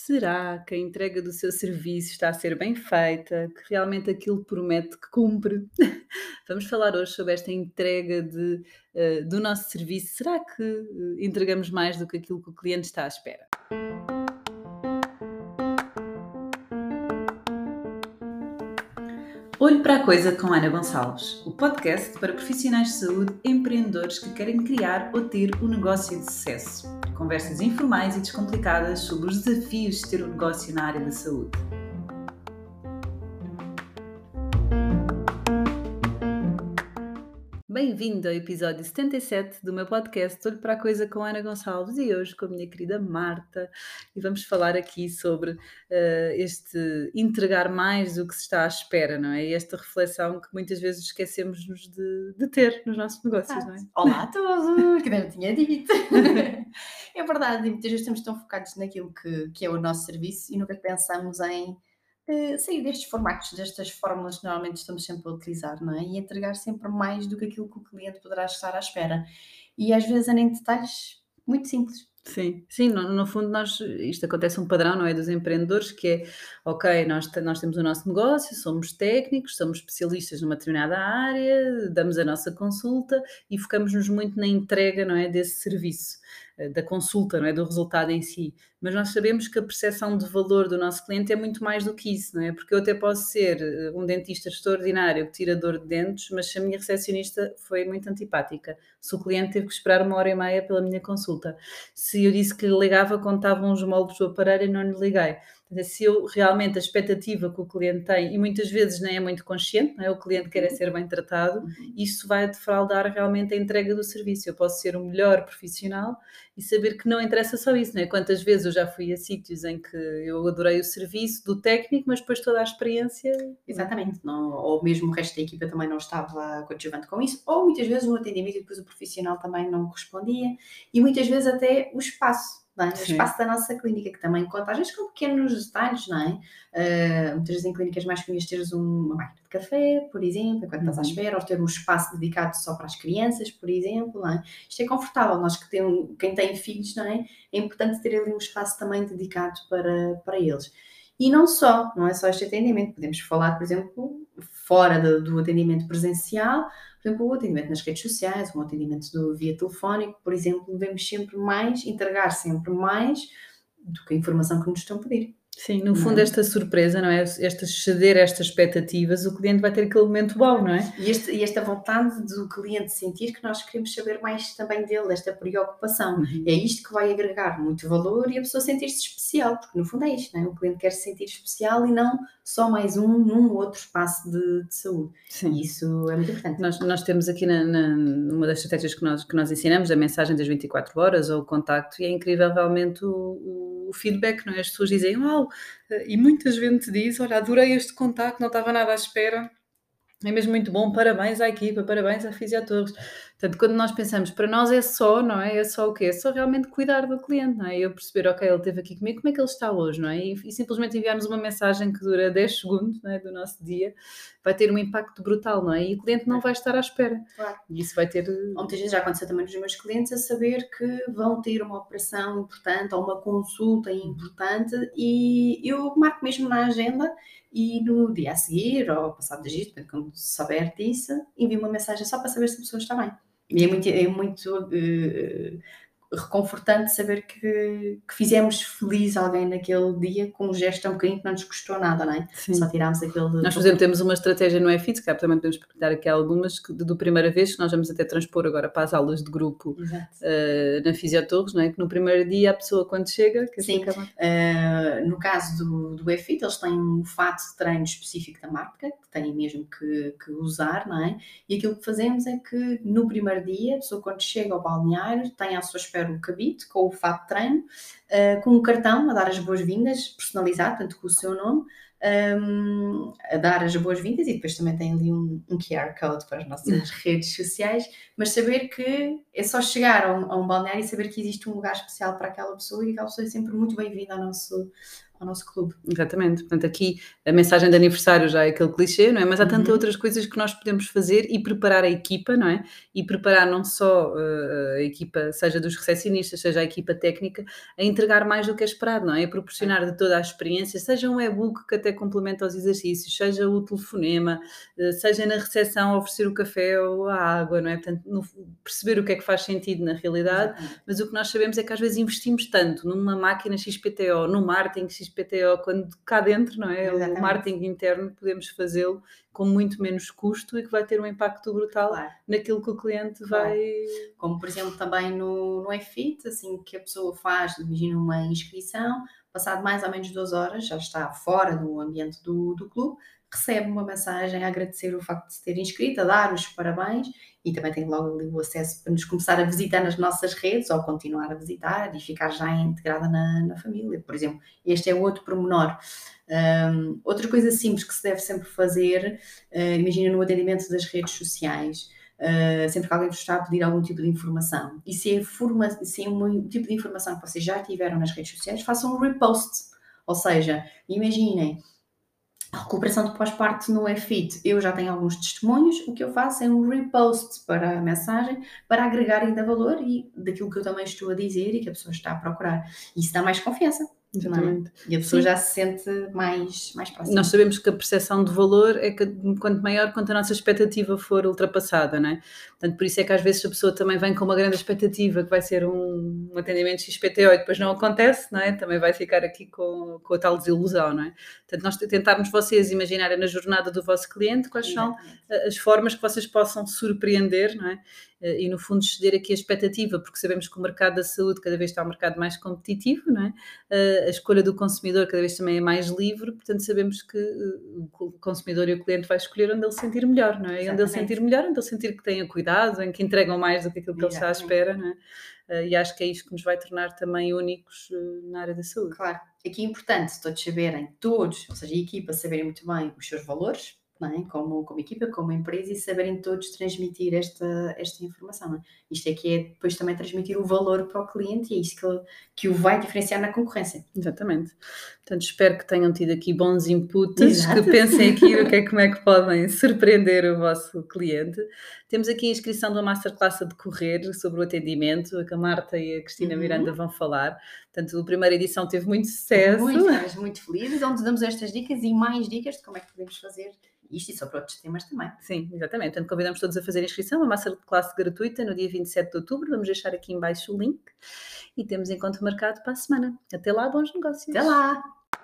Será que a entrega do seu serviço está a ser bem feita? Que realmente aquilo promete que cumpre? Vamos falar hoje sobre esta entrega do nosso serviço. Será que entregamos mais do que aquilo que o cliente está à espera? Olho para a Coisa com Ana Gonçalves, o podcast para profissionais de saúde e empreendedores que querem criar ou ter um negócio de sucesso. Conversas informais e descomplicadas sobre os desafios de ter um negócio na área da saúde. Bem-vindo ao episódio 77 do meu podcast Olho para a Coisa com Ana Gonçalves e hoje com a minha querida Marta e vamos falar aqui sobre este entregar mais do que se está à espera, não é? E esta reflexão que muitas vezes esquecemos-nos de ter nos nossos negócios, não é? Olá a todos, que não tinha dito. É verdade, e muitas vezes estamos tão focados naquilo que é o nosso serviço e nunca pensamos em sair destes formatos, destas fórmulas que normalmente estamos sempre a utilizar, não é? E entregar sempre mais do que aquilo que o cliente poderá estar à espera. E às vezes é em detalhes muito simples. Sim, no fundo isto acontece um padrão, não é, dos empreendedores que é, ok, nós temos o nosso negócio, somos técnicos, somos especialistas numa determinada área, damos a nossa consulta e focamos-nos muito na entrega, não é, desse serviço, da consulta, não é, do resultado em si. Mas nós sabemos que a percepção de valor do nosso cliente é muito mais do que isso, não é? Porque eu até posso ser um dentista extraordinário que tira dor de dentes, mas se a minha recepcionista foi muito antipática, se o cliente teve que esperar 1 hora e meia pela minha consulta, se eu disse que lhe ligava quando estavam os moldes do aparelho e não lhe liguei. Portanto, se eu realmente a expectativa que o cliente tem, e muitas vezes nem é muito consciente, não é? O cliente quer é ser bem tratado, isso vai defraudar realmente a entrega do serviço. Eu posso ser o melhor profissional e saber que não interessa só isso, não é? Quantas vezes eu já fui a sítios em que eu adorei o serviço do técnico, mas depois toda a experiência... Exatamente, não, ou mesmo o resto da equipa também não estava coadjuvante com isso, ou muitas vezes no atendimento e depois o profissional também não correspondia, e muitas vezes até o espaço, não é? O Sim. espaço da nossa clínica, que também conta, às vezes com pequenos detalhes, não é? Muitas vezes em clínicas mais comuns teres uma máquina de café, por exemplo, enquanto estás à espera, ou ter um espaço dedicado só para as crianças, por exemplo, não é? Isto é confortável, nós que quem tem filhos, não é? É importante ter ali um espaço também dedicado para eles. E não é só este atendimento, podemos falar, por exemplo, fora do atendimento presencial, por exemplo, o atendimento nas redes sociais, um atendimento via telefónico, por exemplo, devemos sempre mais, entregar sempre mais do que a informação que nos estão a pedir. Sim, no fundo esta surpresa, não é? Esta ceder a estas expectativas, o cliente vai ter aquele momento bom, não é? E esta vontade do cliente sentir que nós queremos saber mais também dele, esta preocupação. É isto que vai agregar muito valor e a pessoa sentir-se especial, porque no fundo é isto, não é? O cliente quer se sentir especial e não só mais num outro espaço de saúde. Sim. E isso é muito importante. Nós temos aqui numa das estratégias que nós ensinamos, a mensagem das 24 horas ou o contacto, e é incrível realmente o feedback, não é? As pessoas dizem, uau, e muita gente diz, olha, adorei este contacto, não estava nada à espera. É mesmo muito bom, parabéns à equipa, parabéns à Fisiatorres. Portanto, quando nós pensamos, para nós é só, não é? É só o quê? É só realmente cuidar do cliente, não é? Eu perceber, ok, ele esteve aqui comigo, como é que ele está hoje, não é? E simplesmente enviarmos uma mensagem que dura 10 segundos, não é? Do nosso dia, vai ter um impacto brutal, não é? E o cliente não vai estar à espera. Claro. E isso vai ter... Ou muitas vezes já aconteceu também nos meus clientes a saber que vão ter uma operação importante ou uma consulta importante e eu marco mesmo na agenda e no dia a seguir ou passado de dias, quando souber disso, envio uma mensagem só para saber se a pessoa está bem. E é muito reconfortante saber que fizemos feliz alguém naquele dia com um gesto tão pequenino que não nos custou nada, não é? Sim. Só tirámos aquele... Nós, por exemplo, temos uma estratégia no EFIT, que também podemos partilhar aqui algumas, que do primeira vez, que nós vamos até transpor agora para as aulas de grupo na Fisiatorres, não é? Que no primeiro dia a pessoa, quando chega... Sim, no caso do EFIT, eles têm um fato de treino específico da marca, que têm mesmo que usar, não é? E aquilo que fazemos é que no primeiro dia, a pessoa quando chega ao balneário, tem à sua espera um cabide com o fato de treino, com um cartão a dar as boas-vindas, personalizado, tanto com o seu nome, a dar as boas-vindas, e depois também tem ali um QR Code para as nossas redes sociais, mas saber que é só chegar a um balneário e saber que existe um lugar especial para aquela pessoa e aquela pessoa é sempre muito bem-vinda ao ao nosso clube. Exatamente, portanto aqui a mensagem de aniversário já é aquele clichê, não é? Mas há tantas outras coisas que nós podemos fazer e preparar a equipa, não é? E preparar não só a equipa, seja dos recepcionistas, seja a equipa técnica, a entregar mais do que é esperado, não é? A proporcionar de toda a experiência, seja um e-book que até complementa os exercícios, seja o telefonema, seja na recepção oferecer o café ou a água, não é? Portanto, perceber o que é que faz sentido na realidade. Exatamente. Mas o que nós sabemos é que às vezes investimos tanto numa máquina XPTO, no marketing XPTO, quando cá dentro, não é? Exatamente. O marketing interno podemos fazê-lo com muito menos custo e que vai ter um impacto brutal Claro. naquilo que o cliente Claro. vai... Como, por exemplo, também no EFIT, assim que a pessoa faz, imagina uma inscrição, passado mais ou menos 2 horas, já está fora do ambiente do clube, recebe uma mensagem a agradecer o facto de se ter inscrito, a dar os parabéns e também tem logo ali o acesso para nos começar a visitar nas nossas redes ou continuar a visitar e ficar já integrada na família. Por exemplo, este é outro pormenor. Outra coisa simples que se deve sempre fazer, imagina no atendimento das redes sociais, sempre que alguém vos está a pedir algum tipo de informação e se é um tipo de informação que vocês já tiveram nas redes sociais, façam um repost. Ou seja, imaginem a recuperação de pós-parto no EFIT, eu já tenho alguns testemunhos, o que eu faço é um repost para a mensagem, para agregar ainda valor e daquilo que eu também estou a dizer e que a pessoa está a procurar. Isso dá mais confiança. Exatamente. E a pessoa já se sente mais próxima. Nós sabemos que a percepção de valor é que quanto maior, quanto a nossa expectativa for ultrapassada, não é? Portanto, por isso é que às vezes a pessoa também vem com uma grande expectativa que vai ser um atendimento XPTO e depois não acontece, não é? Também vai ficar aqui com a tal desilusão, não é? Portanto, nós tentarmos vocês imaginarem na jornada do vosso cliente quais são as formas que vocês possam surpreender, não é? E no fundo ceder aqui a expectativa, porque sabemos que o mercado da saúde cada vez está um mercado mais competitivo, não é? A escolha do consumidor cada vez também é mais livre, portanto sabemos que o consumidor e o cliente vai escolher onde ele se sentir melhor, não é? E onde ele se sentir melhor, onde ele sentir que tenha cuidado, em que entregam mais do que aquilo que ele está à espera, não é? E acho que é isto que nos vai tornar também únicos na área da saúde. Claro. Aqui é importante todos saberem, ou seja, a equipa saberem muito bem os seus valores, não é? como equipa, como empresa, e saberem todos transmitir esta informação. Não é? Isto é que é depois também transmitir o valor para o cliente e é isso que o vai diferenciar na concorrência. Exatamente. Portanto, espero que tenham tido aqui bons inputs, Exato. que pensem aqui como é que podem surpreender o vosso cliente. Temos aqui a inscrição de uma masterclass a decorrer sobre o atendimento, a que a Marta e a Cristina Miranda vão falar. Portanto, a primeira edição teve muito sucesso. Estamos muito felizes, onde damos estas dicas e mais dicas de como é que podemos fazer isto e sobre outros temas também. Sim, exatamente. Portanto, convidamos todos a fazer a inscrição, uma masterclass gratuita no dia 27 de outubro. Vamos deixar aqui em baixo o link e temos encontro marcado para a semana. Até lá, bons negócios. Até lá!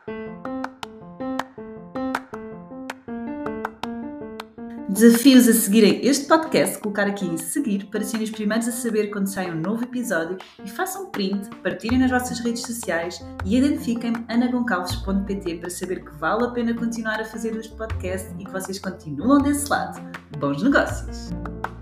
Desafios a seguirem este podcast, colocar aqui em seguir para serem os primeiros a saber quando sai um novo episódio e façam print, partilhem nas vossas redes sociais e identifiquem-me anagoncalves.pt para saber que vale a pena continuar a fazer este podcast e que vocês continuam desse lado. Bons negócios!